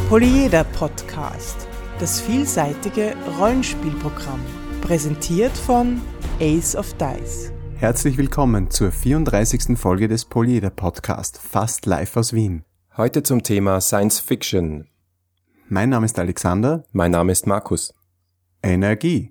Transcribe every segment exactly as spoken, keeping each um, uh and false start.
Polyeder Podcast, das vielseitige Rollenspielprogramm, präsentiert von Ace of Dice. Herzlich willkommen zur vierunddreißigsten Folge des Polyeder Podcast, fast live aus Wien. Heute zum Thema Science Fiction. Mein Name ist Alexander. Mein Name ist Markus. Energie.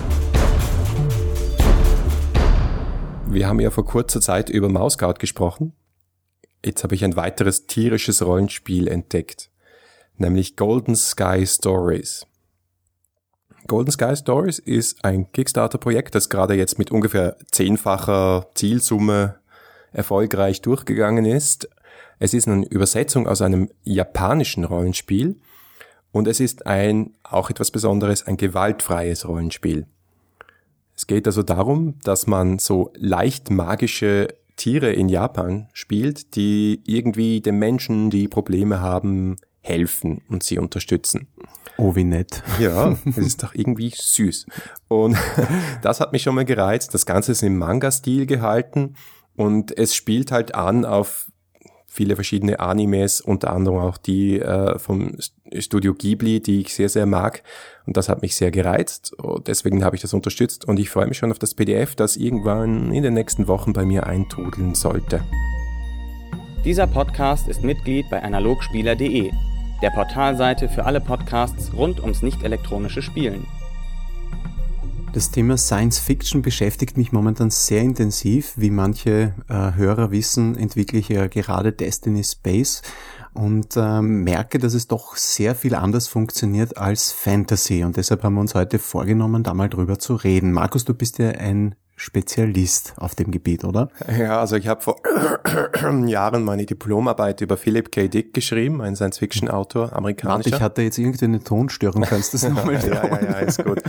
Wir haben ja vor kurzer Zeit über Mouse-Scout gesprochen. Jetzt habe ich ein weiteres tierisches Rollenspiel entdeckt, nämlich Golden Sky Stories. Golden Sky Stories ist ein Kickstarter-Projekt, das gerade jetzt mit ungefähr zehnfacher Zielsumme erfolgreich durchgegangen ist. Es ist eine Übersetzung aus einem japanischen Rollenspiel und es ist ein, auch etwas Besonderes, ein gewaltfreies Rollenspiel. Es geht also darum, dass man so leicht magische Tiere in Japan spielt, die irgendwie den Menschen, die Probleme haben, helfen und sie unterstützen. Oh, wie nett. Ja, es ist doch irgendwie süß. Und das hat mich schon mal gereizt. Das Ganze ist im Manga-Stil gehalten und es spielt halt an auf viele verschiedene Animes, unter anderem auch die äh, vom Studio Ghibli, die ich sehr, sehr mag. Und das hat mich sehr gereizt. Und deswegen habe ich das unterstützt und ich freue mich schon auf das P D F, das irgendwann in den nächsten Wochen bei mir eintrudeln sollte. Dieser Podcast ist Mitglied bei analogspieler punkt de, der Portalseite für alle Podcasts rund ums nicht-elektronische Spielen. Das Thema Science Fiction beschäftigt mich momentan sehr intensiv. Wie manche äh, Hörer wissen, entwickle ich ja gerade Destiny Space und äh, merke, dass es doch sehr viel anders funktioniert als Fantasy. Und deshalb haben wir uns heute vorgenommen, da mal drüber zu reden. Markus, du bist ja ein Spezialist auf dem Gebiet, oder? Ja, also ich habe vor Jahren meine Diplomarbeit über Philip K. Dick geschrieben, ein Science-Fiction-Autor, amerikanischer. Warte, ich hatte jetzt irgendwie eine Tonstörung, kannst du das nochmal Ja, ja, ja, ist gut.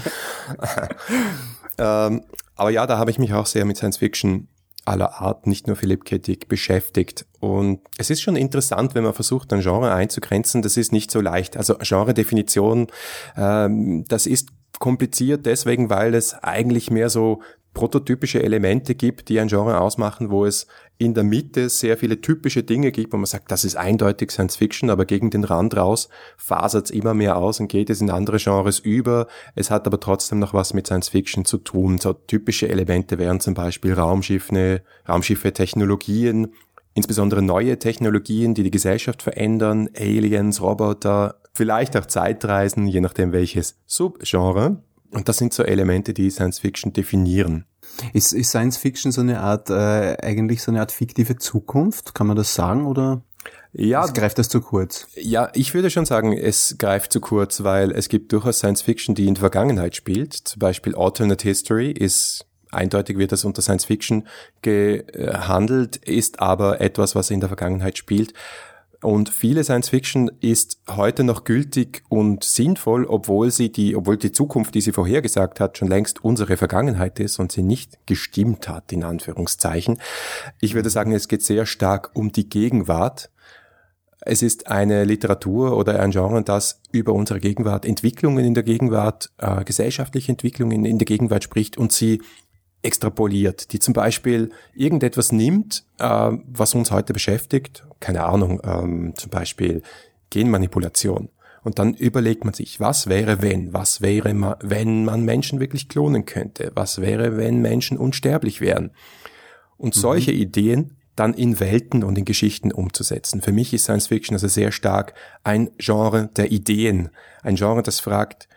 ähm, aber ja, da habe ich mich auch sehr mit Science-Fiction aller Art, nicht nur Philip K. Dick, beschäftigt. Und es ist schon interessant, wenn man versucht, ein Genre einzugrenzen, das ist nicht so leicht. Also Genre-Definition, ähm, das ist kompliziert deswegen, weil es eigentlich mehr so prototypische Elemente gibt, die ein Genre ausmachen, wo es in der Mitte sehr viele typische Dinge gibt, wo man sagt, das ist eindeutig Science Fiction, aber gegen den Rand raus fasert es immer mehr aus und geht es in andere Genres über. Es hat aber trotzdem noch was mit Science Fiction zu tun. So typische Elemente wären zum Beispiel Raumschiffe, Raumschiffe, Technologien, insbesondere neue Technologien, die die Gesellschaft verändern, Aliens, Roboter, vielleicht auch Zeitreisen, je nachdem welches Subgenre. Und das sind so Elemente, die Science Fiction definieren. Ist, ist Science Fiction so eine Art, äh, eigentlich so eine Art fiktive Zukunft? Kann man das sagen oder ja, es greift das zu kurz? Ja, ich würde schon sagen, es greift zu kurz, weil es gibt durchaus Science Fiction, die in der Vergangenheit spielt. Zum Beispiel Alternate History ist, eindeutig wird das unter Science Fiction gehandelt, ist aber etwas, was in der Vergangenheit spielt. Und viele Science Fiction ist heute noch gültig und sinnvoll, obwohl sie die, obwohl die Zukunft, die sie vorhergesagt hat, schon längst unsere Vergangenheit ist und sie nicht gestimmt hat, in Anführungszeichen. Ich würde sagen, es geht sehr stark um die Gegenwart. Es ist eine Literatur oder ein Genre, das über unsere Gegenwart, Entwicklungen in der Gegenwart, äh, gesellschaftliche Entwicklungen in der Gegenwart spricht und sie extrapoliert, die zum Beispiel irgendetwas nimmt, äh, was uns heute beschäftigt, keine Ahnung, ähm, zum Beispiel Genmanipulation. Und dann überlegt man sich, was wäre, wenn, was wäre, ma- wenn man Menschen wirklich klonen könnte, was wäre, wenn Menschen unsterblich wären. Und mhm. solche Ideen dann in Welten und in Geschichten umzusetzen. Für mich ist Science Fiction also sehr stark ein Genre der Ideen, ein Genre, das fragt,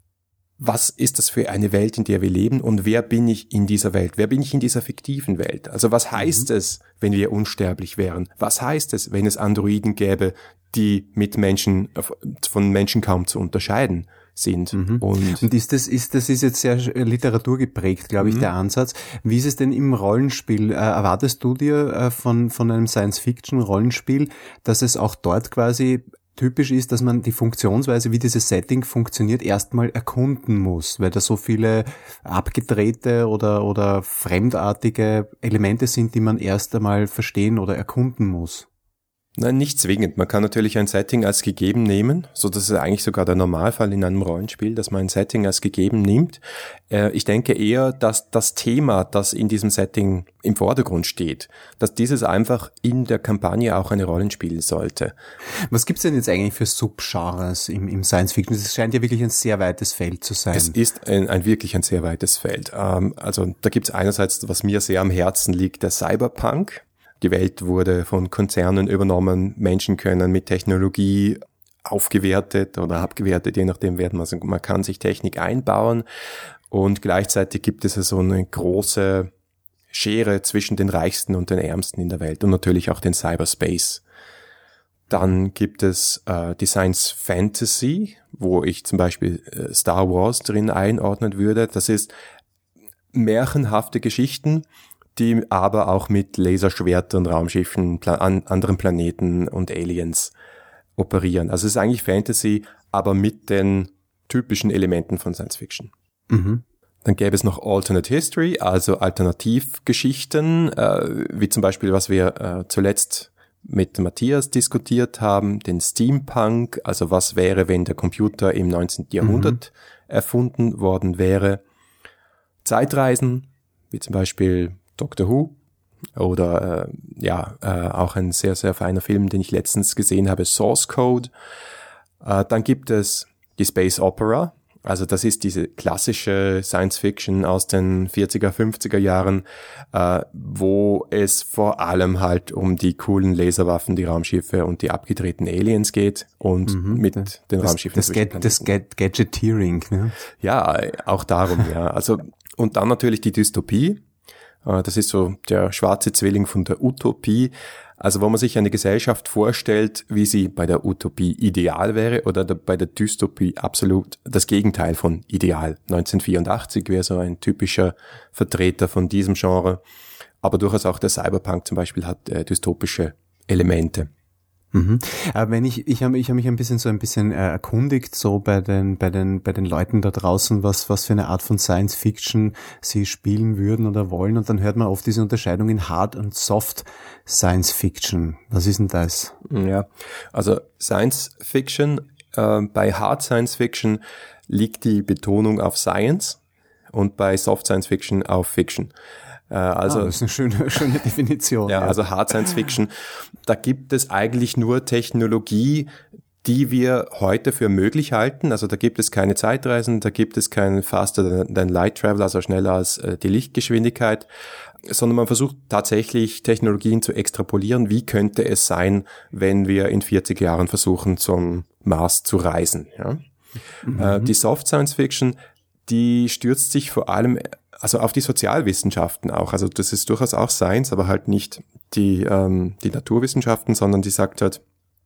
was ist das für eine Welt, in der wir leben und wer bin ich in dieser Welt? Wer bin ich in dieser fiktiven Welt? Also was heißt mhm. es, wenn wir unsterblich wären? Was heißt es, wenn es Androiden gäbe, die mit Menschen, von Menschen kaum zu unterscheiden sind? Mhm. Und, und ist das, ist das ist jetzt sehr literaturgeprägt, glaube ich, mhm. der Ansatz. Wie ist es denn im Rollenspiel? Äh, erwartest du dir äh, von, von einem Science-Fiction-Rollenspiel, dass es auch dort quasi typisch ist, dass man die Funktionsweise, wie dieses Setting funktioniert, erstmal erkunden muss, weil da so viele abgedrehte oder oder fremdartige Elemente sind, die man erst einmal verstehen oder erkunden muss? Nein, nicht zwingend. Man kann natürlich ein Setting als gegeben nehmen, so dass es eigentlich sogar der Normalfall in einem Rollenspiel, dass man ein Setting als gegeben nimmt. Äh, ich denke eher, dass das Thema, das in diesem Setting im Vordergrund steht, dass dieses einfach in der Kampagne auch eine Rolle spielen sollte. Was gibt's denn jetzt eigentlich für Subgenres im, im Science Fiction? Es scheint ja wirklich ein sehr weites Feld zu sein. Es ist ein, ein wirklich ein sehr weites Feld. Ähm, also da gibt's einerseits, was mir sehr am Herzen liegt, der Cyberpunk. Die Welt wurde von Konzernen übernommen, Menschen können mit Technologie aufgewertet oder abgewertet, je nachdem, werden man, man kann sich Technik einbauen und gleichzeitig gibt es so eine große Schere zwischen den Reichsten und den Ärmsten in der Welt und natürlich auch den Cyberspace. Dann gibt es äh, die Science Fantasy, wo ich zum Beispiel äh, Star Wars drin einordnen würde. Das ist märchenhafte Geschichten, die aber auch mit Laserschwertern, Raumschiffen, Pla- an anderen Planeten und Aliens operieren. Also es ist eigentlich Fantasy, aber mit den typischen Elementen von Science Fiction. Mhm. Dann gäbe es noch Alternate History, also Alternativgeschichten, äh, wie zum Beispiel, was wir äh, zuletzt mit Matthias diskutiert haben, den Steampunk, also was wäre, wenn der Computer im neunzehnten Jahrhundert mhm. erfunden worden wäre. Zeitreisen, wie zum Beispiel Doctor Who oder äh, ja äh, auch ein sehr, sehr feiner Film, den ich letztens gesehen habe, Source Code. Äh, dann gibt es die Space Opera, also das ist diese klassische Science Fiction aus den vierziger, fünfziger Jahren, äh, wo es vor allem halt um die coolen Laserwaffen, die Raumschiffe und die abgedrehten Aliens geht und mhm, mit das, den Raumschiffen. Das, Ga- das Ga- Gadgeteering, ne? Ja, auch darum, ja. Also und dann natürlich die Dystopie. Das ist so der schwarze Zwilling von der Utopie, also wo man sich eine Gesellschaft vorstellt, wie sie bei der Utopie ideal wäre oder bei der Dystopie absolut das Gegenteil von ideal. neunzehnhundertvierundachtzig wäre so ein typischer Vertreter von diesem Genre, aber durchaus auch der Cyberpunk zum Beispiel hat äh, dystopische Elemente. Mhm. Aber wenn ich, ich habe ich hab mich ein bisschen so ein bisschen äh, erkundigt, so bei den, bei den, bei den Leuten da draußen, was, was für eine Art von Science Fiction sie spielen würden oder wollen. Und dann hört man oft diese Unterscheidung in Hard und Soft Science Fiction. Was ist denn das? Ja, also Science Fiction, äh, bei Hard Science Fiction liegt die Betonung auf Science und bei Soft Science Fiction auf Fiction. Also, ah, das ist eine schöne, schöne Definition. Ja, ja, also Hard Science Fiction, da gibt es eigentlich nur Technologie, die wir heute für möglich halten. Also da gibt es keine Zeitreisen, da gibt es kein faster than light travel, also schneller als äh, die Lichtgeschwindigkeit, sondern man versucht tatsächlich Technologien zu extrapolieren. Wie könnte es sein, wenn wir in vierzig Jahren versuchen, zum Mars zu reisen? Ja? Mhm. Äh, die Soft Science Fiction, die stürzt sich vor allem also auf die Sozialwissenschaften auch. Also das ist durchaus auch Science, aber halt nicht die ähm, die Naturwissenschaften, sondern die sagt halt,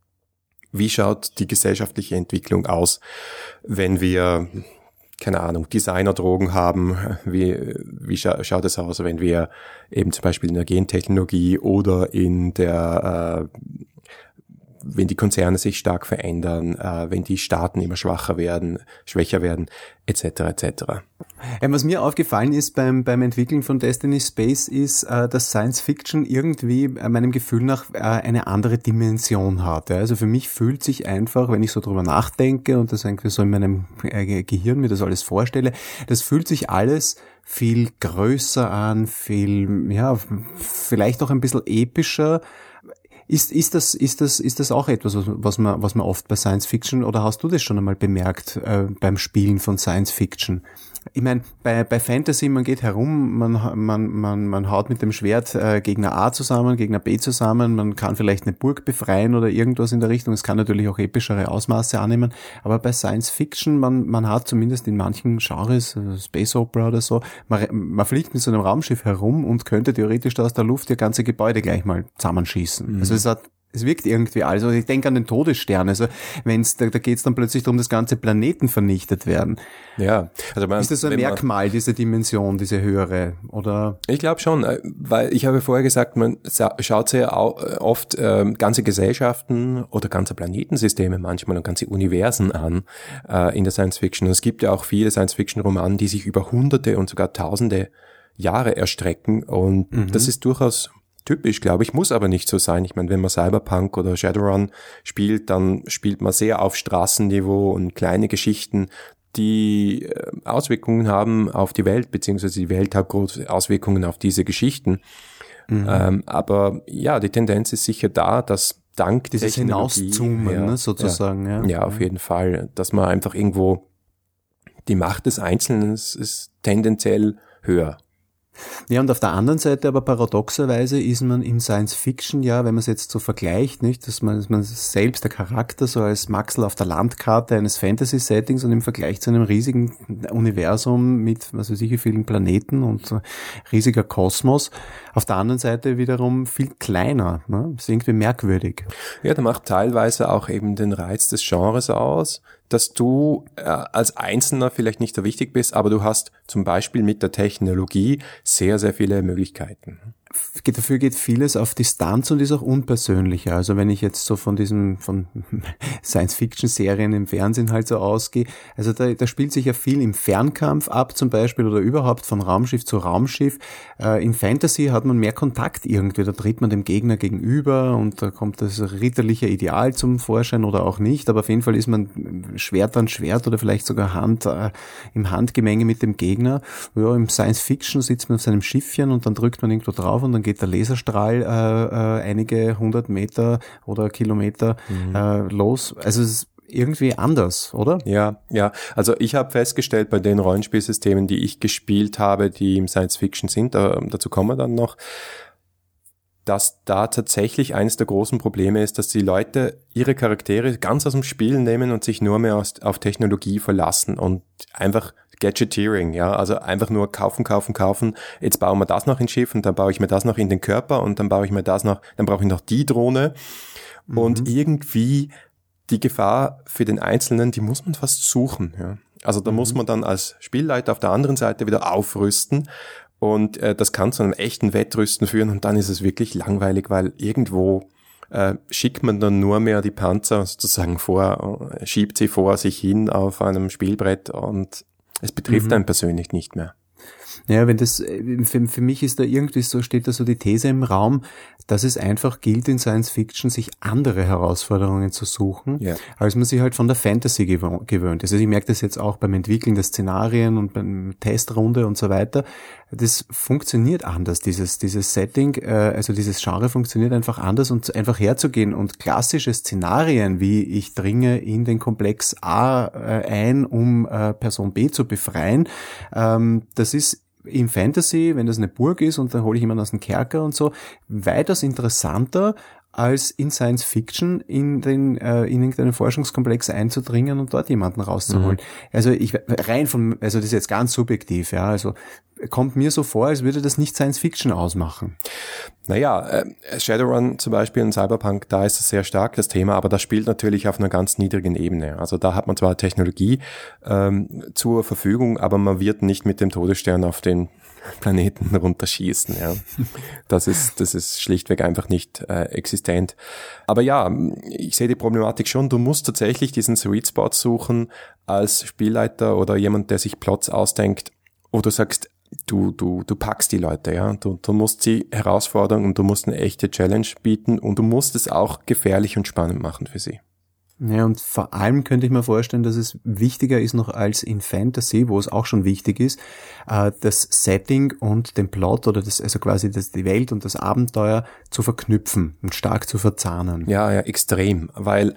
wie schaut die gesellschaftliche Entwicklung aus, wenn wir, keine Ahnung, Designerdrogen haben, wie wie scha- schaut es aus, wenn wir eben zum Beispiel in der Gentechnologie oder in der äh, wenn die Konzerne sich stark verändern, äh, wenn die Staaten immer schwacher werden, schwächer werden, et cetera et cetera. Ja, was mir aufgefallen ist beim beim Entwickeln von Destiny Space ist, äh, dass Science Fiction irgendwie äh, meinem Gefühl nach äh, eine andere Dimension hat. Ja. Also für mich fühlt sich einfach, wenn ich so drüber nachdenke und das irgendwie so in meinem äh, Gehirn mir das alles vorstelle, das fühlt sich alles viel größer an, viel, ja, vielleicht auch ein bisschen epischer. Ist, ist das, ist das, ist das auch etwas, was man, was man oft bei Science Fiction, oder hast du das schon einmal bemerkt, äh, beim Spielen von Science Fiction? Ich meine, bei, bei Fantasy, man geht herum, man, man, man, man haut mit dem Schwert äh, Gegner A zusammen, Gegner B zusammen, man kann vielleicht eine Burg befreien oder irgendwas in der Richtung. Es kann natürlich auch epischere Ausmaße annehmen, aber bei Science Fiction, man, man hat zumindest in manchen Genres, also Space Opera oder so, man, man fliegt mit so einem Raumschiff herum und könnte theoretisch da aus der Luft ihr ganze Gebäude gleich mal zusammenschießen. Mhm. Also es hat Es wirkt irgendwie alles. Also ich denke an den Todesstern. Also wenn's, da, da geht es dann plötzlich darum, dass ganze Planeten vernichtet werden. Ja. Also man, ist das ein Merkmal, man, diese Dimension, diese höhere? Oder? Ich glaube schon, weil ich habe vorher gesagt, man schaut sehr oft äh, ganze Gesellschaften oder ganze Planetensysteme manchmal und ganze Universen an äh, in der Science Fiction. Und es gibt ja auch viele Science Fiction Romane, die sich über Hunderte und sogar Tausende Jahre erstrecken. Und mhm. das ist durchaus typisch, glaube ich, muss aber nicht so sein. Ich meine, wenn man Cyberpunk oder Shadowrun spielt, dann spielt man sehr auf Straßenniveau und kleine Geschichten, die Auswirkungen haben auf die Welt, beziehungsweise die Welt hat große Auswirkungen auf diese Geschichten. Mhm. Ähm, aber ja, die Tendenz ist sicher da, dass dank dieses Hinauszoomen, ja, ne, sozusagen. Ja, ja. ja, auf jeden Fall, dass man einfach irgendwo die Macht des Einzelnen ist, ist tendenziell höher. Ja, und auf der anderen Seite aber paradoxerweise ist man im Science-Fiction ja, wenn man es jetzt so vergleicht, nicht, dass man, dass man selbst der Charakter so als Maxel auf der Landkarte eines Fantasy-Settings und im Vergleich zu einem riesigen Universum mit, was weiß ich, wie vielen Planeten und riesiger Kosmos, auf der anderen Seite wiederum viel kleiner, ne? Das ist irgendwie merkwürdig. Ja, da macht teilweise auch eben den Reiz des Genres aus, dass du äh, als Einzelner vielleicht nicht so wichtig bist, aber du hast zum Beispiel mit der Technologie sehr, sehr viele Möglichkeiten. Dafür geht vieles auf Distanz und ist auch unpersönlicher. Also wenn ich jetzt so von diesen von Science-Fiction-Serien im Fernsehen halt so ausgehe, also da, da spielt sich ja viel im Fernkampf ab zum Beispiel oder überhaupt von Raumschiff zu Raumschiff. Äh, in Fantasy hat man mehr Kontakt irgendwie, da tritt man dem Gegner gegenüber und da kommt das ritterliche Ideal zum Vorschein oder auch nicht, aber auf jeden Fall ist man Schwert an Schwert oder vielleicht sogar Hand äh, im Handgemenge mit dem Gegner. Ja, im Science-Fiction sitzt man auf seinem Schiffchen und dann drückt man irgendwo drauf und dann geht der Laserstrahl äh, äh, einige hundert Meter oder Kilometer mhm. äh, los. Also es ist irgendwie anders, oder? Ja, ja. Also ich habe festgestellt bei den Rollenspielsystemen, die ich gespielt habe, die im Science-Fiction sind, äh, dazu kommen wir dann noch, dass da tatsächlich eines der großen Probleme ist, dass die Leute ihre Charaktere ganz aus dem Spiel nehmen und sich nur mehr aus, auf Technologie verlassen und einfach Gadgeteering, ja, also einfach nur kaufen, kaufen, kaufen, jetzt bauen wir das noch ins Schiff und dann baue ich mir das noch in den Körper und dann baue ich mir das noch, dann brauche ich noch die Drohne mhm. und irgendwie die Gefahr für den Einzelnen, die muss man fast suchen, ja. Also da mhm. muss man dann als Spielleiter auf der anderen Seite wieder aufrüsten und äh, das kann zu einem echten Wettrüsten führen und dann ist es wirklich langweilig, weil irgendwo äh, schickt man dann nur mehr die Panzer sozusagen vor, äh, schiebt sie vor sich hin auf einem Spielbrett und es betrifft mhm. einen persönlich nicht mehr. Ja, wenn das, für, für mich ist da irgendwie so, steht da so die These im Raum, dass es einfach gilt, in Science Fiction sich andere Herausforderungen zu suchen, ja. als man sich halt von der Fantasy gewöhnt. Also ich merke das jetzt auch beim Entwickeln der Szenarien und beim Testrunde und so weiter. Das funktioniert anders, dieses, dieses Setting, also dieses Genre funktioniert einfach anders und einfach herzugehen und klassische Szenarien, wie ich dringe in den Komplex A ein, um Person B zu befreien, das ist im Fantasy, wenn das eine Burg ist und dann hole ich jemanden aus dem Kerker und so, weitaus interessanter als in Science Fiction in den äh, in irgendeinen Forschungskomplex einzudringen und dort jemanden rauszuholen. Mhm. Also ich rein von, also das ist jetzt ganz subjektiv, ja, also kommt mir so vor, als würde das nicht Science Fiction ausmachen. Naja, äh, Shadowrun zum Beispiel in Cyberpunk, da ist es sehr stark, das Thema, aber das spielt natürlich auf einer ganz niedrigen Ebene. Also da hat man zwar Technologie ähm, zur Verfügung, aber man wird nicht mit dem Todesstern auf den Planeten runterschießen. Ja. Das ist, das ist schlichtweg einfach nicht äh, existent. Aber ja, ich sehe die Problematik schon. Du musst tatsächlich diesen Sweet Spot suchen als Spielleiter oder jemand, der sich Plots ausdenkt, wo du sagst, du, du, du packst die Leute, ja. Du, du musst sie herausfordern und du musst eine echte Challenge bieten und du musst es auch gefährlich und spannend machen für sie. Ja, und vor allem könnte ich mir vorstellen, dass es wichtiger ist noch als in Fantasy, wo es auch schon wichtig ist, das Setting und den Plot oder das, also quasi das, die Welt und das Abenteuer zu verknüpfen und stark zu verzahnen. Ja, ja, extrem, weil,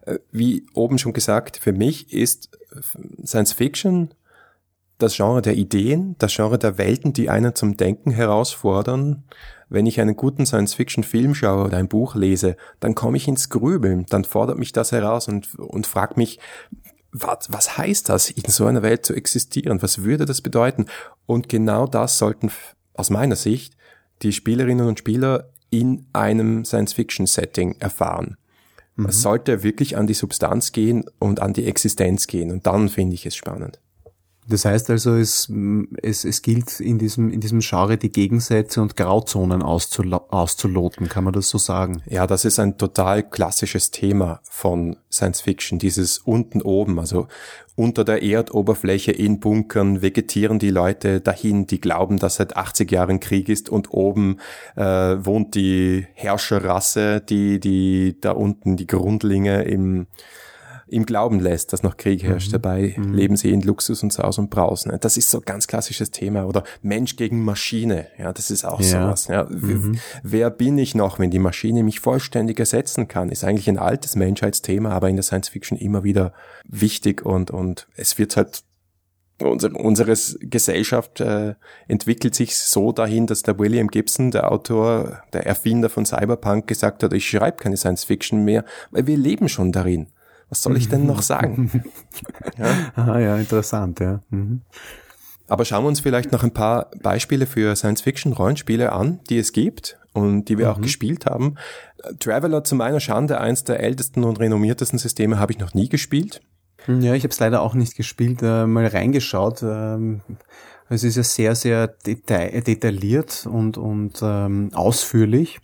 wie oben schon gesagt, für mich ist Science Fiction das Genre der Ideen, das Genre der Welten, die einen zum Denken herausfordern. Wenn ich einen guten Science-Fiction-Film schaue oder ein Buch lese, dann komme ich ins Grübeln, dann fordert mich das heraus und, und fragt mich, was, was heißt das, in so einer Welt zu existieren? Was würde das bedeuten? Und genau das sollten aus meiner Sicht die Spielerinnen und Spieler in einem Science-Fiction-Setting erfahren. Mhm. Es sollte wirklich an die Substanz gehen und an die Existenz gehen und dann finde ich es spannend. Das heißt also, es, es, es gilt in diesem, in diesem Genre die Gegensätze und Grauzonen auszulo- auszuloten, kann man das so sagen? Ja, das ist ein total klassisches Thema von Science Fiction, dieses unten oben, also unter der Erdoberfläche in Bunkern vegetieren die Leute dahin, die glauben, dass seit achtzig Jahren Krieg ist und oben äh, wohnt die Herrscherrasse, die, die da unten die Grundlinge im im Glauben lässt, dass noch Krieg herrscht. Mhm. Dabei mhm. leben sie in Luxus und Saus und Braus. Ne? Das ist so ein ganz klassisches Thema. Oder Mensch gegen Maschine. Ja, das ist auch ja. sowas. Ja. Mhm. Wer bin ich noch, wenn die Maschine mich vollständig ersetzen kann? Ist eigentlich ein altes Menschheitsthema, aber in der Science Fiction immer wieder wichtig und, und es wird halt Unsere, unsere Gesellschaft äh, entwickelt sich so dahin, dass der William Gibson, der Autor, der Erfinder von Cyberpunk, gesagt hat, ich schreibe keine Science Fiction mehr, weil wir leben schon darin. Was soll ich denn noch sagen? Ja. Aha, ja, interessant, ja. Mhm. Aber schauen wir uns vielleicht noch ein paar Beispiele für Science-Fiction-Rollenspiele an, die es gibt und die wir mhm. auch gespielt haben. Traveller, zu meiner Schande, eins der ältesten und renommiertesten Systeme, habe ich noch nie gespielt. Ja, ich habe es leider auch nicht gespielt, äh, mal reingeschaut. Ähm, es ist ja sehr, sehr deta- detailliert und, und ähm, ausführlich.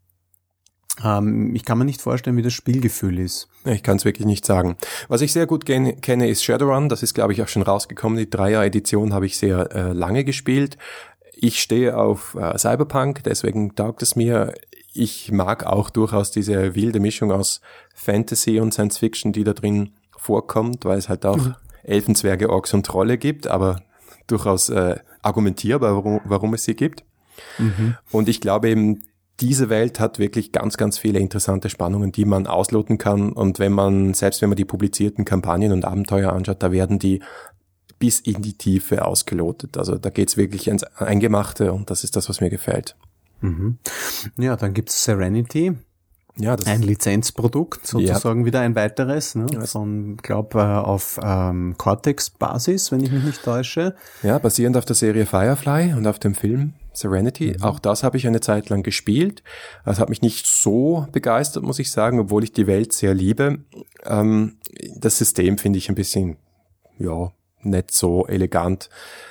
Ähm, ich kann mir nicht vorstellen, wie das Spielgefühl ist. Ich kann es wirklich nicht sagen. Was ich sehr gut gen- kenne, ist Shadowrun. Das ist, glaube ich, auch schon rausgekommen. Die Dreier-Edition habe ich sehr äh, lange gespielt. Ich stehe auf äh, Cyberpunk, deswegen taugt es mir. Ich mag auch durchaus diese wilde Mischung aus Fantasy und Science Fiction, die da drin vorkommt, weil es halt auch mhm. Elfenzwerge, Orks und Trolle gibt, aber durchaus äh, argumentierbar, warum, warum es sie gibt. Mhm. Und ich glaube eben, diese Welt hat wirklich ganz, ganz viele interessante Spannungen, die man ausloten kann. Und wenn man, selbst wenn man die publizierten Kampagnen und Abenteuer anschaut, da werden die bis in die Tiefe ausgelotet. Also da geht's wirklich ins Eingemachte und das ist das, was mir gefällt. Mhm. Ja, dann gibt's Serenity. Ja, das ein Lizenzprodukt, sozusagen ja. wieder ein weiteres, ne? Ja. Von, glaub, auf ähm, Cortex-Basis, wenn ich mich nicht täusche. Ja, basierend auf der Serie Firefly und auf dem Film Serenity. Mhm. Auch das habe ich eine Zeit lang gespielt. Das hat mich nicht so begeistert, muss ich sagen, obwohl ich die Welt sehr liebe. Ähm, das System finde ich ein bisschen, ja, nicht so elegant.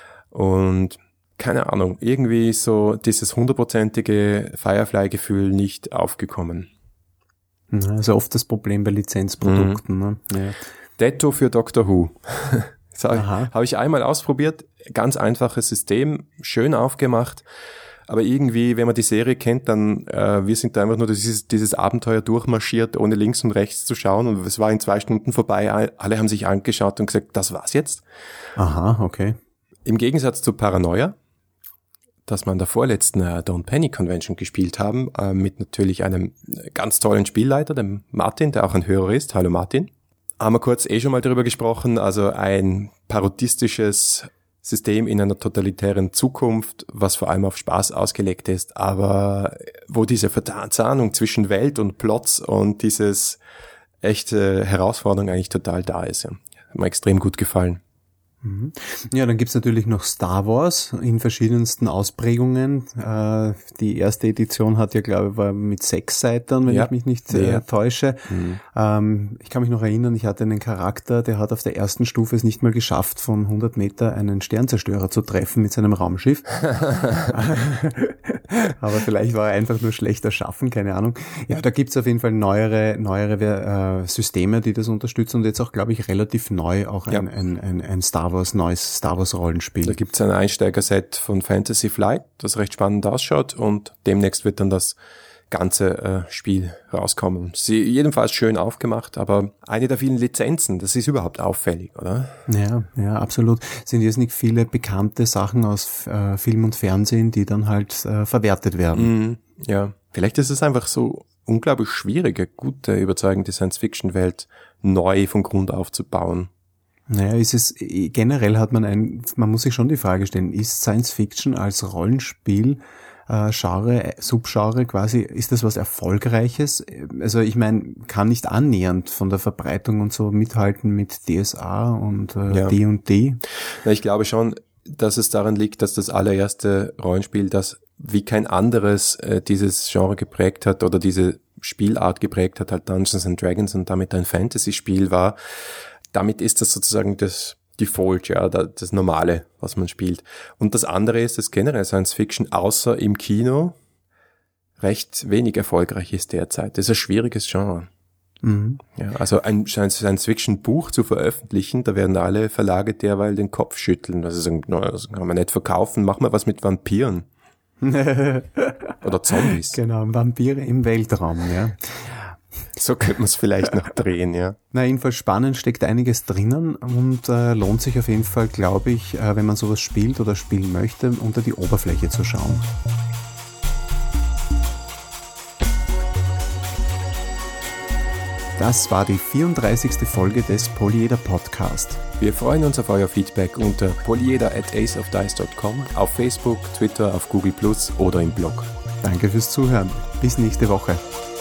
Und keine Ahnung, irgendwie ist so dieses hundertprozentige Firefly-Gefühl nicht aufgekommen. Also oft das Problem bei Lizenzprodukten. Mhm. Ne? Ja. Detto für Doctor Who. Das habe ich, hab ich einmal ausprobiert. Ganz einfaches System, schön aufgemacht. Aber irgendwie, wenn man die Serie kennt, dann, äh, wir sind da einfach nur dieses, dieses Abenteuer durchmarschiert, ohne links und rechts zu schauen. Und es war in zwei Stunden vorbei. Alle haben sich angeschaut und gesagt, das war's jetzt. Aha, okay. Im Gegensatz zu Paranoia, dass wir an der vorletzten äh, Don't Panic Convention gespielt haben, äh, mit natürlich einem ganz tollen Spielleiter, dem Martin, der auch ein Hörer ist. Hallo Martin. Haben wir kurz eh schon mal darüber gesprochen, also ein parodistisches System in einer totalitären Zukunft, was vor allem auf Spaß ausgelegt ist, aber wo diese Verzahnung zwischen Welt und Plots und dieses echte Herausforderung eigentlich total da ist. Ja. Hat mir extrem gut gefallen. Ja, dann gibt's natürlich noch Star Wars in verschiedensten Ausprägungen. Äh, die erste Edition hat ja, glaube ich, war mit sechs Seiten, wenn ja. ich mich nicht äh, ja. täusche. Mhm. Ähm, ich kann mich noch erinnern, ich hatte einen Charakter, der hat auf der ersten Stufe es nicht mal geschafft, von hundert Meter einen Sternzerstörer zu treffen mit seinem Raumschiff. Aber vielleicht war er einfach nur schlecht erschaffen, keine Ahnung. Ja, da gibt's auf jeden Fall neuere neuere äh, Systeme, die das unterstützen und jetzt auch, glaube ich, relativ neu auch ein, ja. ein, ein, ein Star Wars, neues Star Wars Rollenspiel. Da gibt's ein Einsteigerset von Fantasy Flight, das recht spannend ausschaut und demnächst wird dann das ganze äh, Spiel rauskommen. Sie jedenfalls schön aufgemacht, aber eine der vielen Lizenzen, das ist überhaupt auffällig, oder? Ja, ja, absolut. Sind jetzt nicht viele bekannte Sachen aus äh, Film und Fernsehen, die dann halt äh, verwertet werden. Mm, ja, vielleicht ist es einfach so unglaublich schwierig, eine gute, überzeugende Science-Fiction-Welt neu von Grund auf zu bauen. Naja, ist es, generell hat man ein, man muss sich schon die Frage stellen, ist Science-Fiction als Rollenspiel äh, Genre, Subgenre quasi, ist das was Erfolgreiches? Also ich meine, kann nicht annähernd von der Verbreitung und so mithalten mit D S A und äh, ja. D und D. Na, ich glaube schon, dass es daran liegt, dass das allererste Rollenspiel, das wie kein anderes äh, dieses Genre geprägt hat oder diese Spielart geprägt hat, halt Dungeons and Dragons und damit ein Fantasy-Spiel war. Damit ist das sozusagen das Default, ja, das Normale, was man spielt. Und das andere ist, dass generell Science Fiction außer im Kino recht wenig erfolgreich ist derzeit. Das ist ein schwieriges Genre. Mhm. Ja, also ein Science-Fiction-Buch zu veröffentlichen, da werden alle Verlage derweil den Kopf schütteln. Also sagen, no, das kann man nicht verkaufen, mach mal was mit Vampiren. Oder Zombies. Genau, Vampire im Weltraum, ja. So könnte man es vielleicht noch drehen, ja. Na, jedenfalls spannend, steckt einiges drinnen und äh, lohnt sich auf jeden Fall, glaube ich, äh, wenn man sowas spielt oder spielen möchte, unter die Oberfläche zu schauen. Das war die vierunddreißigste Folge des Polyeder Podcast. Wir freuen uns auf euer Feedback unter polyeder at ace of dice dot com, auf Facebook, Twitter, auf Google Plus oder im Blog. Danke fürs Zuhören. Bis nächste Woche.